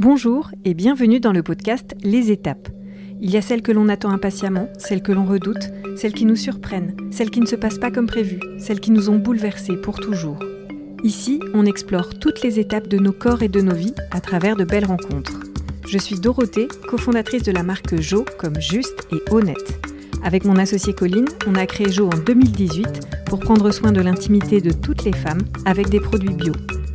Bonjour et bienvenue dans le podcast Les Étapes. Il y a celles que l'on attend impatiemment, celles que l'on redoute, celles qui nous surprennent, celles qui ne se passent pas comme prévu, celles qui nous ont bouleversés pour toujours. Ici, on explore toutes les étapes de nos corps et de nos vies à travers de belles rencontres. Je suis Dorothée, cofondatrice de la marque Jo comme juste et honnête. Avec mon associée Colline, on a créé Jo en 2018 pour prendre soin de l'intimité de toutes les femmes avec des produits bio.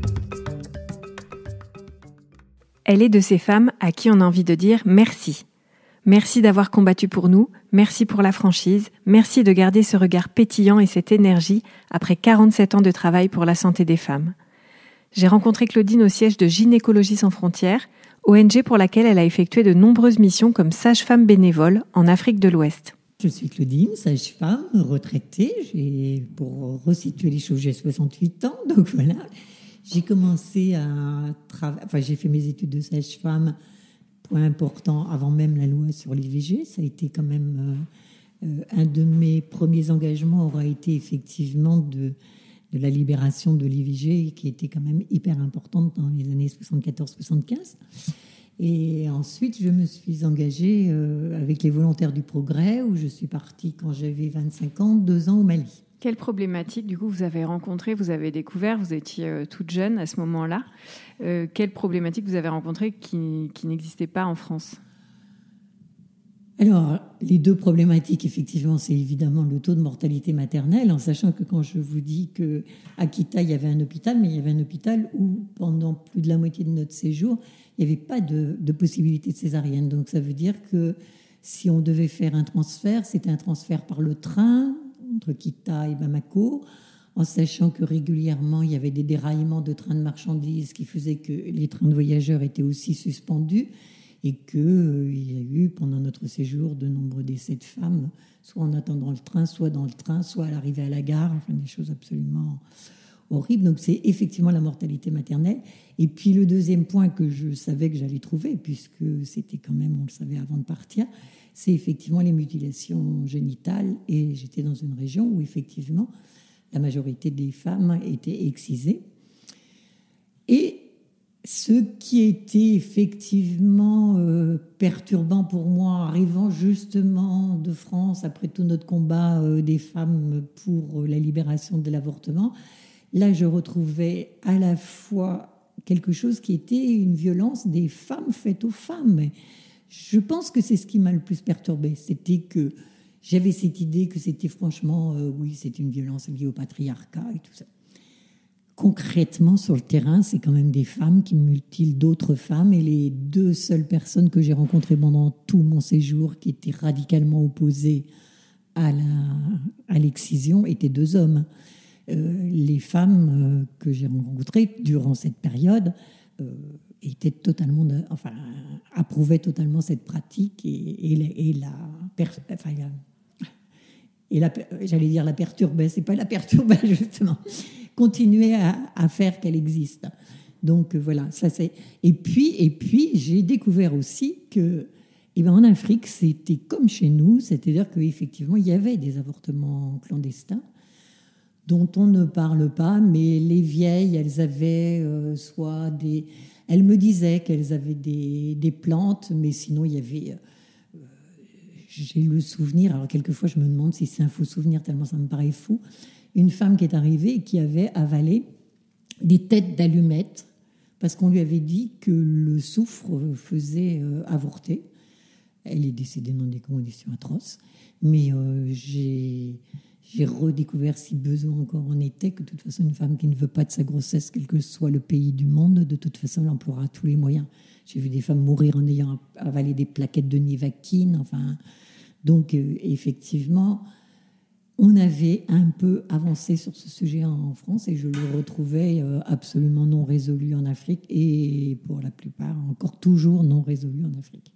Elle est de ces femmes à qui on a envie de dire merci. Merci d'avoir combattu pour nous, merci pour la franchise, merci de garder ce regard pétillant et cette énergie après 47 ans de travail pour la santé des femmes. J'ai rencontré Claudine au siège de Gynécologie sans frontières, ONG pour laquelle elle a effectué de nombreuses missions comme sage-femme bénévole en Afrique de l'Ouest. Je suis Claudine, sage-femme, retraitée. Pour resituer les choses, j'ai 68 ans, donc voilà. J'ai commencé j'ai fait mes études de sage-femme, point important, avant même la loi sur l'IVG. Ça a été quand même un de mes premiers engagements, aura été effectivement de la libération de l'IVG, qui était quand même hyper importante dans les années 74-75. Et ensuite, je me suis engagée avec les Volontaires du Progrès, où je suis partie quand j'avais 25 ans, 2 ans au Mali. Quelle problématique, du coup, vous avez rencontrée, vous avez découvert, vous étiez toute jeune à ce moment-là. Quelle problématique vous avez rencontrée qui n'existait pas en France ? Alors, les deux problématiques, effectivement, c'est évidemment le taux de mortalité maternelle, en sachant que quand je vous dis qu'à Kita, il y avait un hôpital, mais il y avait un hôpital où, pendant plus de la moitié de notre séjour, il n'y avait pas de possibilité de césarienne. Donc, ça veut dire que si on devait faire un transfert, c'était un transfert par le train, entre Kita et Bamako, en sachant que régulièrement, il y avait des déraillements de trains de marchandises qui faisaient que les trains de voyageurs étaient aussi suspendus et qu'il y a eu, pendant notre séjour, de nombreux décès de femmes, soit en attendant le train, soit dans le train, soit à l'arrivée à la gare, enfin des choses absolument horribles. Donc c'est effectivement la mortalité maternelle. Et puis le deuxième point que je savais que j'allais trouver, puisque c'était quand même, on le savait avant de partir, c'est effectivement les mutilations génitales. Et j'étais dans une région où effectivement la majorité des femmes étaient excisées. Et ce qui était effectivement perturbant pour moi, arrivant justement de France, après tout notre combat des femmes pour la libération de l'avortement, là je retrouvais à la fois quelque chose qui était une violence des femmes faite aux femmes. Je pense que c'est ce qui m'a le plus perturbée, c'était que j'avais cette idée que c'était franchement, oui, c'est une violence liée au patriarcat et tout ça. Concrètement, sur le terrain, c'est quand même des femmes qui mutilent d'autres femmes, et les 2 seules personnes que j'ai rencontrées pendant tout mon séjour qui étaient radicalement opposées à l'excision étaient 2 hommes. Les femmes que j'ai rencontrées durant cette période étaient totalement, approuvaient totalement cette pratique j'allais dire la perturbaient, c'est pas la perturbaient justement, continuer à faire qu'elle existe. Donc voilà, ça c'est. Et puis j'ai découvert aussi que, en Afrique, c'était comme chez nous, c'est-à-dire qu'effectivement, il y avait des avortements clandestins dont on ne parle pas, mais les vieilles, elles avaient elles me disaient qu'elles avaient des plantes, mais sinon il y avait. J'ai le souvenir, alors quelquefois je me demande si c'est un faux souvenir, tellement ça me paraît fou, une femme qui est arrivée et qui avait avalé des têtes d'allumettes parce qu'on lui avait dit que le soufre faisait avorter. Elle est décédée dans des conditions atroces, mais j'ai redécouvert, si besoin encore en était, que de toute façon, une femme qui ne veut pas de sa grossesse, quel que soit le pays du monde, de toute façon, elle emploiera tous les moyens. J'ai vu des femmes mourir en ayant avalé des plaquettes de Nivaquine. Donc, effectivement, on avait un peu avancé sur ce sujet en France, et je le retrouvais absolument non résolu en Afrique, et pour la plupart, encore toujours non résolu en Afrique.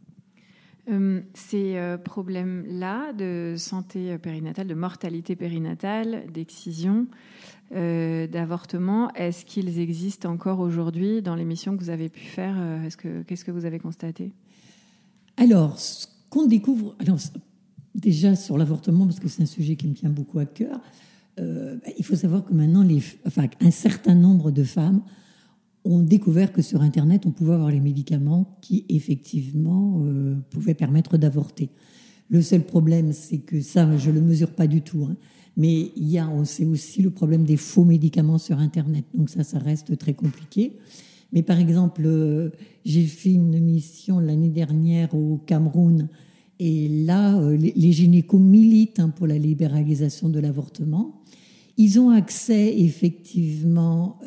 Ces problèmes-là de santé périnatale, de mortalité périnatale, d'excision, d'avortement, est-ce qu'ils existent encore aujourd'hui dans les missions que vous avez pu faire ? Qu'est-ce que vous avez constaté ? Alors, ce qu'on découvre, déjà sur l'avortement, parce que c'est un sujet qui me tient beaucoup à cœur, il faut savoir que maintenant, un certain nombre de femmes ont découvert que sur Internet, on pouvait avoir les médicaments qui, effectivement, pouvaient permettre d'avorter. Le seul problème, c'est que ça, je ne le mesure pas du tout, hein, mais c'est aussi le problème des faux médicaments sur Internet. Donc ça reste très compliqué. Mais par exemple, j'ai fait une mission l'année dernière au Cameroun, et là, les gynécos militent pour la libéralisation de l'avortement. Ils ont accès, effectivement,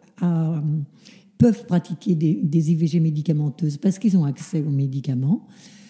peuvent pratiquer des IVG médicamenteuses parce qu'ils ont accès aux médicaments.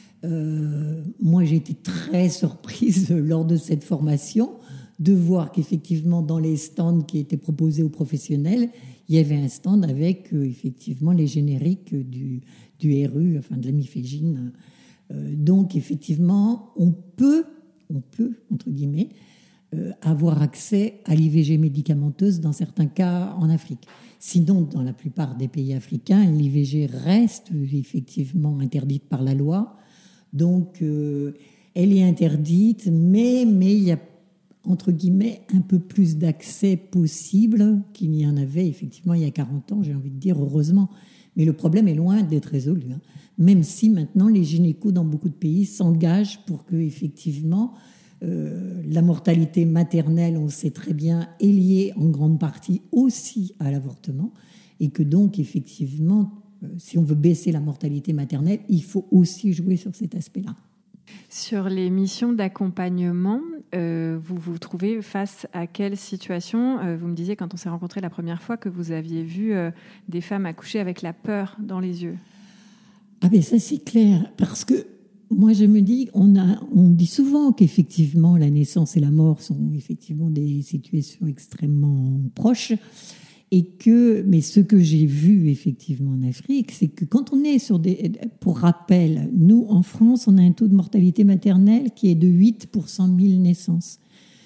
Moi, j'ai été très surprise lors de cette formation de voir qu'effectivement, dans les stands qui étaient proposés aux professionnels, il y avait un stand avec effectivement les génériques du RU, enfin de la mifégine. Donc, effectivement, on peut, entre guillemets, avoir accès à l'IVG médicamenteuse dans certains cas en Afrique. Sinon, dans la plupart des pays africains, l'IVG reste effectivement interdite par la loi. Donc, elle est interdite, mais il y a, entre guillemets, un peu plus d'accès possible qu'il n'y en avait effectivement il y a 40 ans, j'ai envie de dire, heureusement. Mais le problème est loin d'être résolu, hein. Même si maintenant les gynécos dans beaucoup de pays s'engagent pour que, effectivement, la mortalité maternelle, on sait très bien, est liée en grande partie aussi à l'avortement, et que donc, effectivement, si on veut baisser la mortalité maternelle, il faut aussi jouer sur cet aspect-là. Sur les missions d'accompagnement, vous vous trouvez face à quelle situation ? Vous me disiez quand on s'est rencontrés la première fois que vous aviez vu des femmes accoucher avec la peur dans les yeux. Ah ben ça c'est clair, parce que moi je me dis, on dit souvent qu'effectivement la naissance et la mort sont effectivement des situations extrêmement proches. Mais ce que j'ai vu effectivement en Afrique, c'est que quand on est pour rappel, nous en France, on a un taux de mortalité maternelle qui est de 8 pour 100 000 naissances.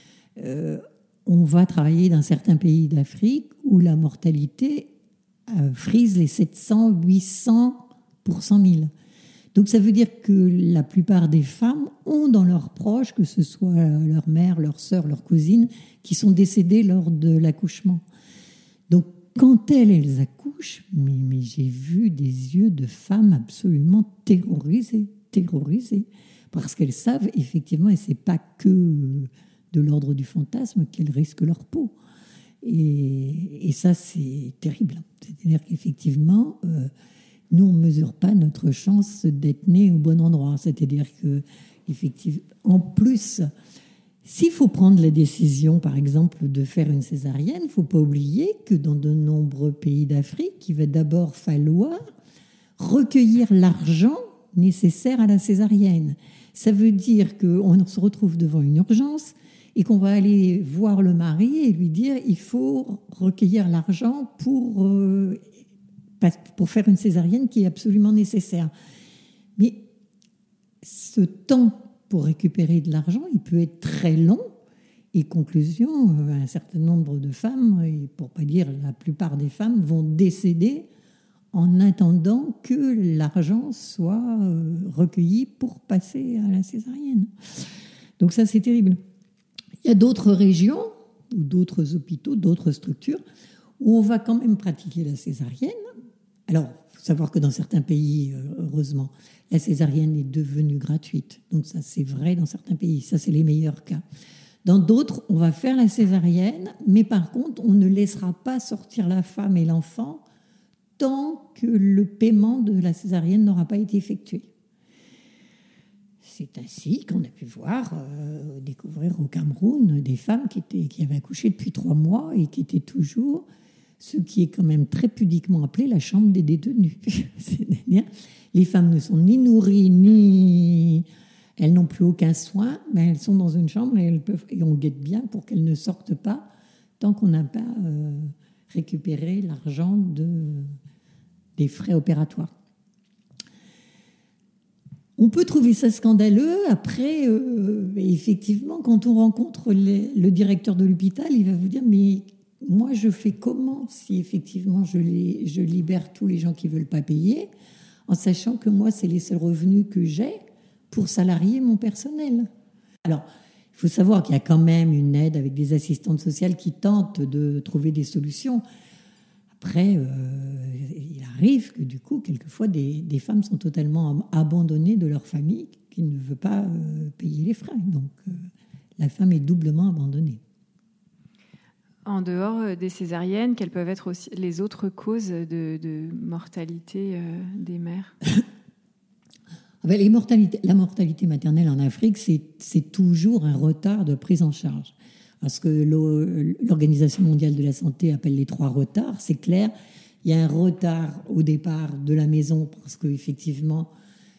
On va travailler dans certains pays d'Afrique où la mortalité frise les 700, 800 pour 100 000. Donc ça veut dire que la plupart des femmes ont dans leurs proches, que ce soit leur mère, leur sœur, leur cousine, qui sont décédées lors de l'accouchement. Donc, quand elles accouchent, mais j'ai vu des yeux de femmes absolument terrorisées, parce qu'elles savent effectivement, et c'est pas que de l'ordre du fantasme, qu'elles risquent leur peau. Et ça, c'est terrible. C'est-à-dire qu'effectivement, nous, on ne mesure pas notre chance d'être nés au bon endroit. C'est-à-dire que, effectivement, en plus, s'il faut prendre la décision, par exemple, de faire une césarienne, il ne faut pas oublier que dans de nombreux pays d'Afrique, il va d'abord falloir recueillir l'argent nécessaire à la césarienne. Ça veut dire qu'on se retrouve devant une urgence et qu'on va aller voir le mari et lui dire il faut recueillir l'argent pour faire une césarienne qui est absolument nécessaire. Mais ce temps pour récupérer de l'argent, il peut être très long. Et conclusion, un certain nombre de femmes, et pour ne pas dire la plupart des femmes, vont décéder en attendant que l'argent soit recueilli pour passer à la césarienne. Donc ça, c'est terrible. Il y a d'autres régions ou d'autres hôpitaux, d'autres structures où on va quand même pratiquer la césarienne. Alors, il faut savoir que dans certains pays, heureusement, la césarienne est devenue gratuite. Donc ça, c'est vrai dans certains pays. Ça, c'est les meilleurs cas. Dans d'autres, on va faire la césarienne, mais par contre, on ne laissera pas sortir la femme et l'enfant tant que le paiement de la césarienne n'aura pas été effectué. C'est ainsi qu'on a pu découvrir au Cameroun des femmes qui avaient accouché depuis 3 mois et qui étaient toujours ce qui est quand même très pudiquement appelé la chambre des détenus. C'est-à-dire, les femmes ne sont ni nourries, elles n'ont plus aucun soin, mais elles sont dans une chambre et on guette bien pour qu'elles ne sortent pas tant qu'on n'a pas récupéré l'argent des frais opératoires. On peut trouver ça scandaleux. Après, effectivement, quand on rencontre le directeur de l'hôpital, il va vous dire « mais moi, je fais comment si effectivement je libère tous les gens qui ne veulent pas payer, en sachant que moi, c'est les seuls revenus que j'ai pour salarier mon personnel ?» Alors, il faut savoir qu'il y a quand même une aide avec des assistantes sociales qui tentent de trouver des solutions. Après, il arrive que du coup, quelquefois, des femmes sont totalement abandonnées de leur famille qui ne veut pas payer les frais. Donc, la femme est doublement abandonnée. En dehors des césariennes, quelles peuvent être aussi les autres causes de mortalité des mères? La mortalité maternelle en Afrique, c'est toujours un retard de prise en charge. Parce que l'Organisation mondiale de la santé appelle les 3 retards, c'est clair. Il y a un retard au départ de la maison parce qu'effectivement,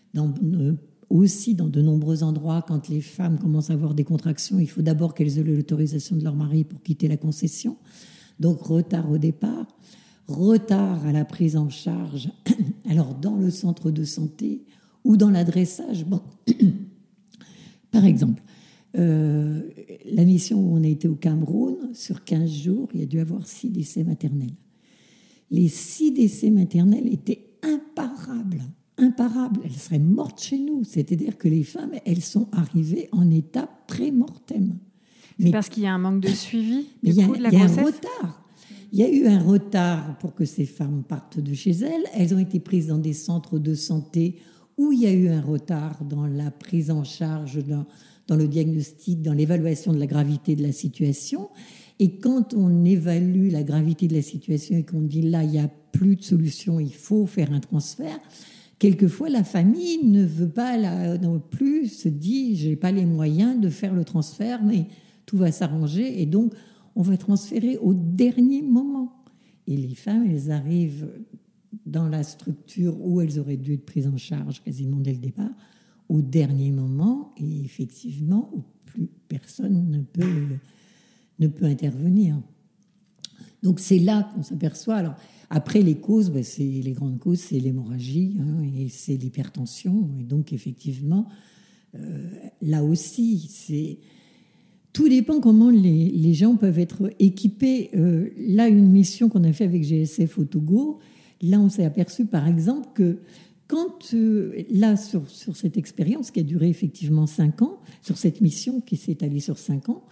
aussi dans de nombreux endroits, quand les femmes commencent à avoir des contractions, il faut d'abord qu'elles aient l'autorisation de leur mari pour quitter la concession. Donc retard au départ, retard à la prise en charge. Alors dans le centre de santé ou dans l'adressage, bon, par exemple, la mission où on a été au Cameroun, sur 15 jours, il y a dû avoir 6 décès maternels. Les 6 décès maternels étaient imparables. Elles seraient mortes chez nous. C'est-à-dire que les femmes, elles sont arrivées en état pré-mortem. C'est parce qu'il y a un manque de suivi de la grossesse. Il y a un retard. Il y a eu un retard pour que ces femmes partent de chez elles. Elles ont été prises dans des centres de santé où il y a eu un retard dans la prise en charge, dans le diagnostic, dans l'évaluation de la gravité de la situation. Et quand on évalue la gravité de la situation et qu'on dit là, il n'y a plus de solution, il faut faire un transfert, quelquefois la famille ne veut pas non plus, se dit, je n'ai pas les moyens de faire le transfert, mais tout va s'arranger. Et donc, on va transférer au dernier moment. Et les femmes, elles arrivent dans la structure où elles auraient dû être prises en charge quasiment dès le départ, au dernier moment, et effectivement, où plus personne ne peut intervenir. Donc c'est là qu'on s'aperçoit. Alors après les causes, les grandes causes, c'est l'hémorragie et c'est l'hypertension. Et donc effectivement, là aussi, tout dépend comment les gens peuvent être équipés. Là, une mission qu'on a fait avec GSF au Togo, là on s'est aperçu par exemple que quand, là, sur cette expérience qui a duré effectivement 5 ans, sur cette mission qui s'est étalée sur 5 ans,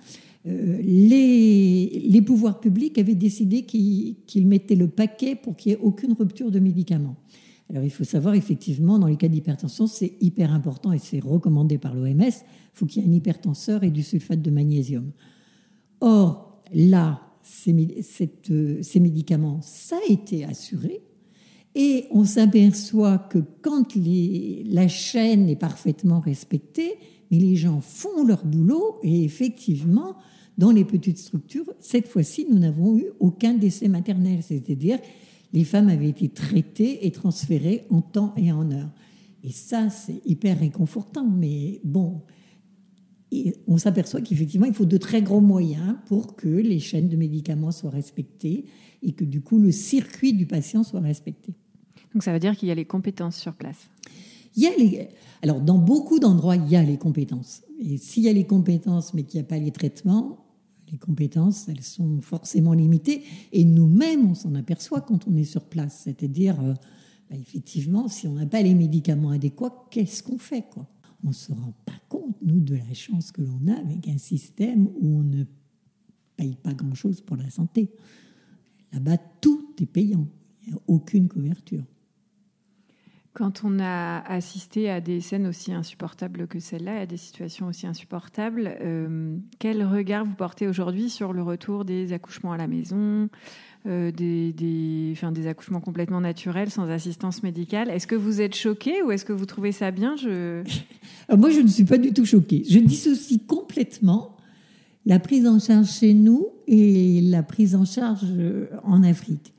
les pouvoirs publics avaient décidé qu'ils mettaient le paquet pour qu'il n'y ait aucune rupture de médicaments. Alors, il faut savoir, effectivement, dans les cas d'hypertension, c'est hyper important et c'est recommandé par l'OMS, il faut qu'il y ait un hypertenseur et du sulfate de magnésium. Or, là, ces médicaments, ça a été assuré. Et on s'aperçoit que quand la chaîne est parfaitement respectée, mais les gens font leur boulot et effectivement, dans les petites structures, cette fois-ci, nous n'avons eu aucun décès maternel. C'est-à-dire, les femmes avaient été traitées et transférées en temps et en heure. Et ça, c'est hyper réconfortant. Mais bon, et on s'aperçoit qu'effectivement, il faut de très gros moyens pour que les chaînes de médicaments soient respectées et que du coup, le circuit du patient soit respecté. Donc ça veut dire qu'il y a les compétences sur place. Alors, dans beaucoup d'endroits, il y a les compétences. Et s'il y a les compétences, mais qu'il n'y a pas les traitements, les compétences, elles sont forcément limitées. Et nous-mêmes, on s'en aperçoit quand on est sur place. C'est-à-dire, effectivement, si on n'a pas les médicaments adéquats, qu'est-ce qu'on fait, quoi ? On ne se rend pas compte, nous, de la chance que l'on a avec un système où on ne paye pas grand-chose pour la santé. Là-bas, tout est payant. Il n'y a aucune couverture. Quand on a assisté à des scènes aussi insupportables que celle-là, à des situations aussi insupportables, quel regard vous portez aujourd'hui sur le retour des accouchements à la maison, des accouchements complètement naturels, sans assistance médicale ? Est-ce que vous êtes choquée ou est-ce que vous trouvez ça bien ? Moi, je ne suis pas du tout choquée. Je dissocie complètement la prise en charge chez nous et la prise en charge en Afrique.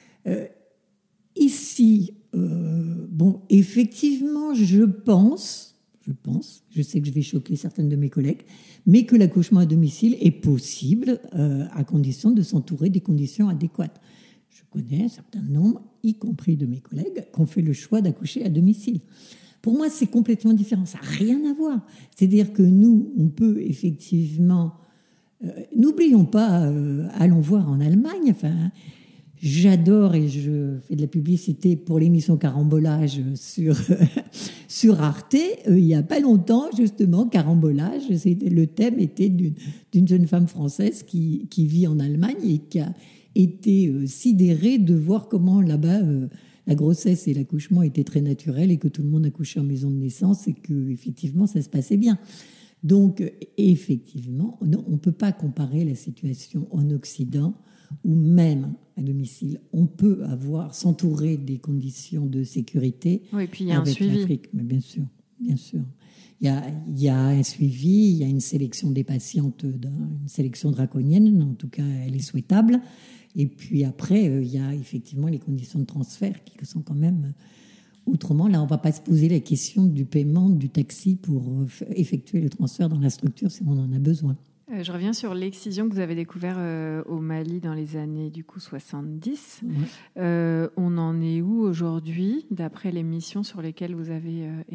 Ici, effectivement, je pense, je sais que je vais choquer certaines de mes collègues, mais que l'accouchement à domicile est possible à condition de s'entourer des conditions adéquates. Je connais un certain nombre, y compris de mes collègues, qui ont fait le choix d'accoucher à domicile. Pour moi, c'est complètement différent, ça n'a rien à voir. C'est-à-dire que nous, on peut effectivement... n'oublions pas, allons voir en Allemagne, j'adore et je fais de la publicité pour l'émission Carambolage sur Arte. Il n'y a pas longtemps, justement, Carambolage, le thème était d'une jeune femme française qui vit en Allemagne et étaient sidérés de voir comment là-bas la grossesse et l'accouchement étaient très naturels et que tout le monde accouchait en maison de naissance et que effectivement ça se passait bien. Donc effectivement, on ne peut pas comparer la situation en Occident ou même à domicile. On peut s'entourer des conditions de sécurité. Oui, et puis il y a un suivi. L'Afrique. Mais bien sûr, bien sûr. Il y a un suivi, il y a une sélection des patientes, une sélection draconienne, en tout cas elle est souhaitable. Et puis après, il y a effectivement les conditions de transfert qui sont quand même... Autrement, là, on ne va pas se poser la question du paiement du taxi pour effectuer le transfert dans la structure si on en a besoin. Je reviens sur l'excision que vous avez découvert au Mali dans les années 70. Ouais. On en est où aujourd'hui, d'après les missions sur lesquelles vous avez été ?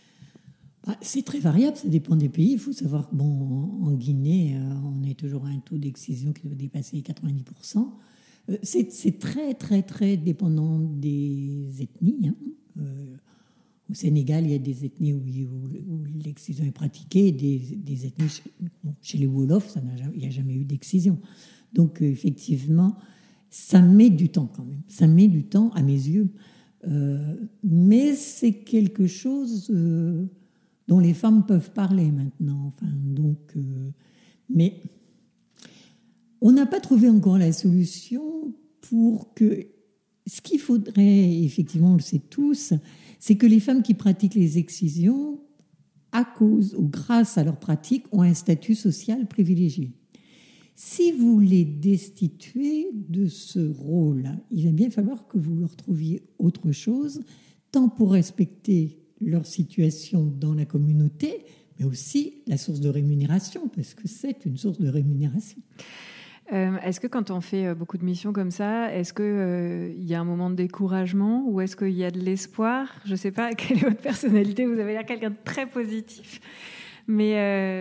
C'est très variable, ça dépend des pays. Il faut savoir qu'en Guinée, on a toujours un taux d'excision qui doit dépasser les 90%. C'est très, très, très dépendant des ethnies. Au Sénégal, il y a des ethnies où l'excision est pratiquée, des ethnies... chez les Wolofs, il n'y a jamais eu d'excision. Donc, effectivement, ça met du temps quand même. Ça met du temps, à mes yeux. Mais c'est quelque chose dont les femmes peuvent parler maintenant. Mais... on n'a pas trouvé encore la solution pour que... Ce qu'il faudrait, effectivement, on le sait tous, c'est que les femmes qui pratiquent les excisions, à cause ou grâce à leur pratique, ont un statut social privilégié. Si vous les destituez de ce rôle, il va bien falloir que vous leur trouviez autre chose, tant pour respecter leur situation dans la communauté, mais aussi la source de rémunération, parce que c'est une source de rémunération. Est-ce que quand on fait beaucoup de missions comme ça, est-ce qu'il y a un moment de découragement ou est-ce qu'il y a de l'espoir ? Je ne sais pas quelle est votre personnalité, vous avez l'air quelqu'un de très positif, mais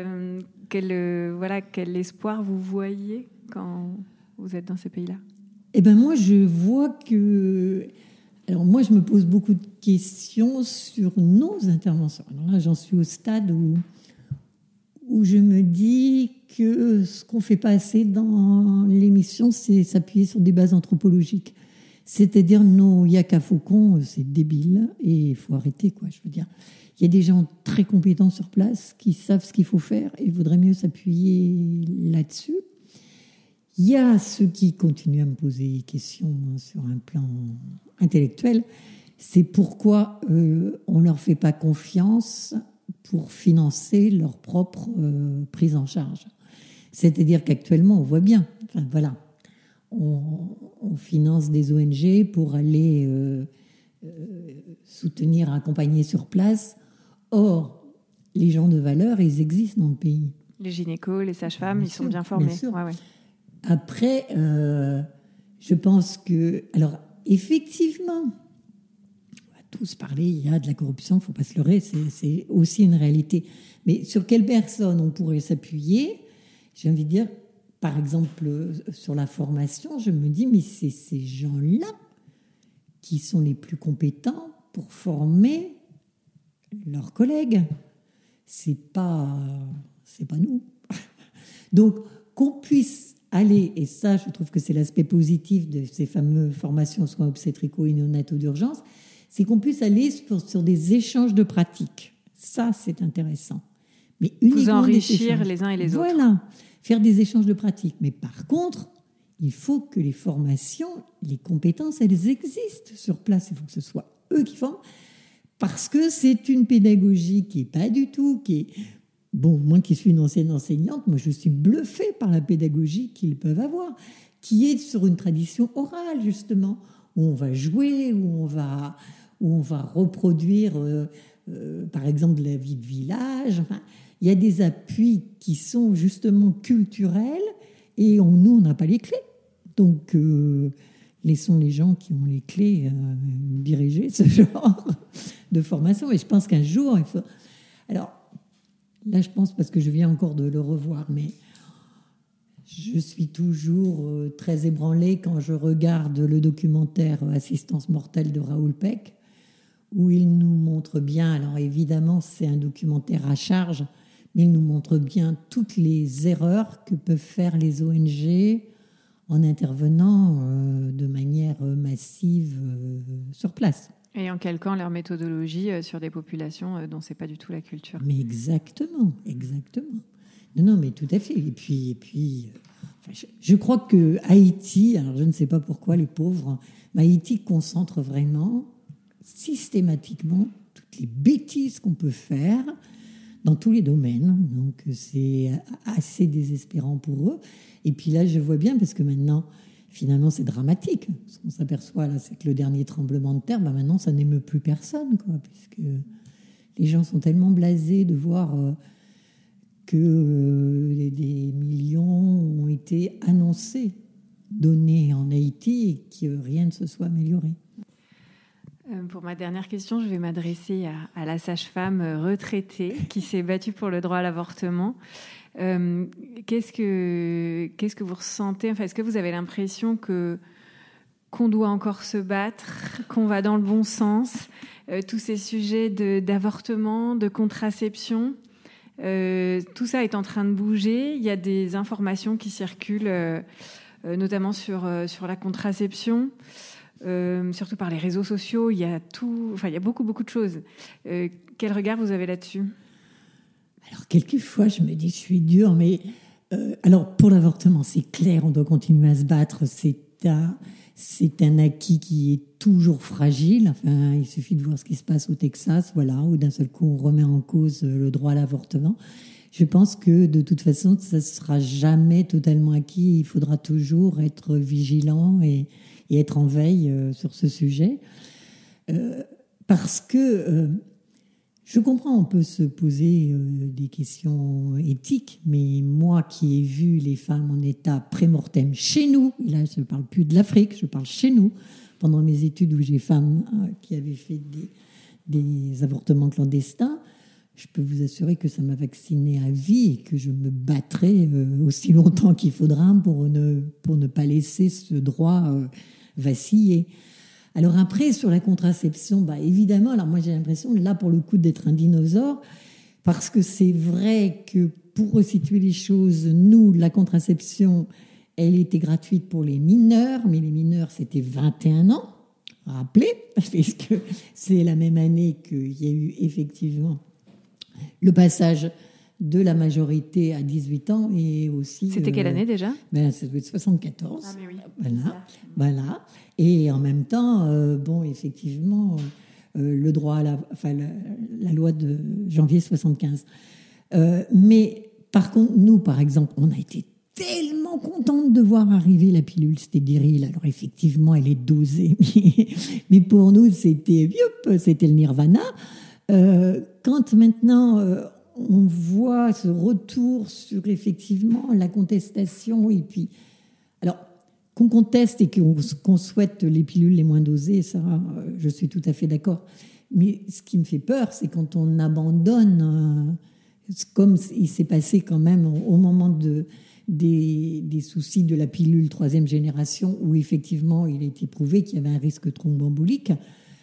quel espoir vous voyez quand vous êtes dans ces pays-là ? Eh bien moi je vois que... Alors moi je me pose beaucoup de questions sur nos interventions. Alors là j'en suis au stade où je me dis que ce qu'on ne fait pas assez dans l'émission, c'est s'appuyer sur des bases anthropologiques. C'est-à-dire, non, il n'y a qu'à Faucon, c'est débile, et il faut arrêter, quoi. Je veux dire, il y a des gens très compétents sur place qui savent ce qu'il faut faire, et il vaudrait mieux s'appuyer là-dessus. Il y a ceux qui continuent à me poser des questions sur un plan intellectuel. C'est pourquoi on ne leur fait pas confiance pour financer leur propre prise en charge. C'est-à-dire qu'actuellement, on voit bien, on finance des ONG pour aller soutenir, accompagner sur place. Or, les gens de valeur, ils existent dans le pays. Les gynécos, les sages-femmes, ils sont bien formés. Bien sûr. Ouais. Après, je pense que... Alors, effectivement... tous parler, il y a de la corruption, il ne faut pas se leurrer, c'est aussi une réalité. Mais sur quelle personne on pourrait s'appuyer ? J'ai envie de dire, par exemple, sur la formation, je me dis, mais c'est ces gens-là qui sont les plus compétents pour former leurs collègues. C'est pas nous. Donc, qu'on puisse aller, et ça, je trouve que c'est l'aspect positif de ces fameuses formations soins obstétricaux et néonataux d'urgence, c'est qu'on puisse aller sur des échanges de pratiques. Ça, c'est intéressant. Mais vous enrichir les uns et les autres. Voilà, faire des échanges de pratiques. Mais par contre, il faut que les formations, les compétences, elles existent sur place. Il faut que ce soit eux qui forment. Parce que c'est une pédagogie qui n'est pas du tout... Bon, moi qui suis une ancienne enseignante, moi je suis bluffée par la pédagogie qu'ils peuvent avoir, qui est sur une tradition orale, justement, où on va jouer, où on va reproduire, par exemple, de la vie de village. Enfin, il y a des appuis qui sont justement culturels et nous, on n'a pas les clés. Donc, laissons les gens qui ont les clés diriger ce genre de formation. Et je pense qu'un jour, il faut... Alors, là, je pense, parce que je viens encore de le revoir, mais je suis toujours très ébranlée quand je regarde le documentaire Assistance mortelle de Raoul Peck, où il nous montre bien, alors évidemment, c'est un documentaire à charge, mais il nous montre bien toutes les erreurs que peuvent faire les ONG en intervenant de manière massive sur place. Et en calquant leur méthodologie sur des populations dont c'est pas du tout la culture. Mais exactement. Non, mais tout à fait. Et puis je crois que Haïti, alors je ne sais pas pourquoi les pauvres, mais Haïti concentre vraiment systématiquement toutes les bêtises qu'on peut faire dans tous les domaines. Donc c'est assez désespérant pour eux. Et puis là, je vois bien, parce que maintenant, finalement, c'est dramatique. Ce qu'on s'aperçoit là, c'est que le dernier tremblement de terre, maintenant, ça n'émeut plus personne, quoi, puisque les gens sont tellement blasés de voir que des millions ont été annoncés, donnés en Haïti, et que rien ne se soit amélioré. Pour ma dernière question, je vais m'adresser à la sage-femme retraitée qui s'est battue pour le droit à l'avortement. Qu'est-ce que vous ressentez ? Enfin, est-ce que vous avez l'impression qu'on doit encore se battre, qu'on va dans le bon sens ? Tous ces sujets d'avortement, de contraception, tout ça est en train de bouger. Il y a des informations qui circulent, notamment sur la contraception. Surtout par les réseaux sociaux, il y a beaucoup de choses. Quel regard vous avez là-dessus ? Alors, quelquefois, je me dis, je suis dure, mais alors pour l'avortement, c'est clair, on doit continuer à se battre. C'est un acquis qui est toujours fragile. Enfin, il suffit de voir ce qui se passe au Texas, voilà, où d'un seul coup, on remet en cause le droit à l'avortement. Je pense que de toute façon, ça ne sera jamais totalement acquis. Il faudra toujours être vigilant et être en veille sur ce sujet. Parce que je comprends, on peut se poser des questions éthiques, mais moi qui ai vu les femmes en état pré-mortem chez nous, et là je ne parle plus de l'Afrique, je parle chez nous, pendant mes études où j'ai femmes qui avaient fait des avortements clandestins, je peux vous assurer que ça m'a vaccinée à vie et que je me battrai aussi longtemps qu'il faudra pour ne pas laisser ce droit vaciller. Alors après, sur la contraception, évidemment, alors moi j'ai l'impression, là pour le coup, d'être un dinosaure, parce que c'est vrai que pour resituer les choses, nous, la contraception, elle était gratuite pour les mineurs, mais les mineurs, c'était 21 ans, rappelez, puisque c'est la même année qu'il y a eu effectivement le passage de la majorité à 18 ans et aussi... C'était quelle année déjà ? Ça doit être 74. Ah mais oui. Voilà. Et en même temps, effectivement, le droit à la loi de janvier 75. Mais par contre, nous, par exemple, on a été tellement contente de voir arriver la pilule stérile. Alors effectivement, elle est dosée, mais pour nous, c'était le nirvana. Quand maintenant on voit ce retour sur effectivement la contestation, et puis alors qu'on conteste et qu'on souhaite les pilules les moins dosées, ça, je suis tout à fait d'accord. Mais ce qui me fait peur, c'est quand on abandonne, comme il s'est passé quand même au moment des soucis de la pilule 3e génération, où effectivement il a été prouvé qu'il y avait un risque thromboembolique.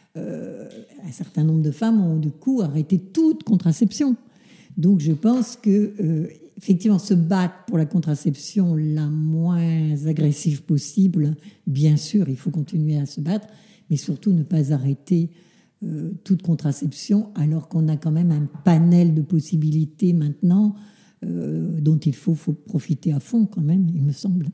Un certain nombre de femmes ont du coup arrêté toute contraception. Donc je pense que effectivement se battre pour la contraception la moins agressive possible, bien sûr, il faut continuer à se battre, mais surtout ne pas arrêter toute contraception, alors qu'on a quand même un panel de possibilités maintenant dont il faut profiter à fond quand même, il me semble.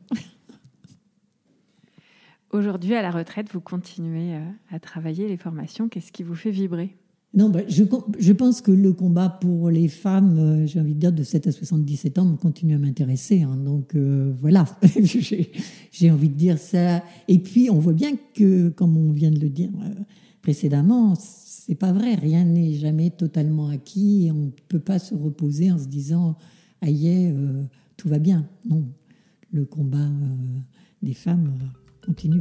Aujourd'hui, à la retraite, vous continuez à travailler les formations. Qu'est-ce qui vous fait vibrer ? Non, je pense que le combat pour les femmes, j'ai envie de dire, de 7 à 77 ans, continue à m'intéresser. Hein. Donc voilà, j'ai envie de dire ça. Et puis, on voit bien que, comme on vient de le dire précédemment, c'est pas vrai. Rien n'est jamais totalement acquis. Et on ne peut pas se reposer en se disant « aïe, tout va bien ». Non, le combat des femmes continue.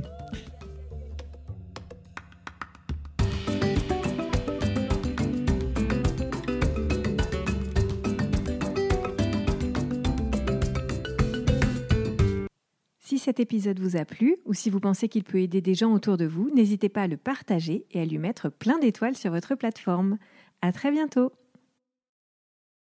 Si cet épisode vous a plu ou si vous pensez qu'il peut aider des gens autour de vous, n'hésitez pas à le partager et à lui mettre plein d'étoiles sur votre plateforme. À très bientôt.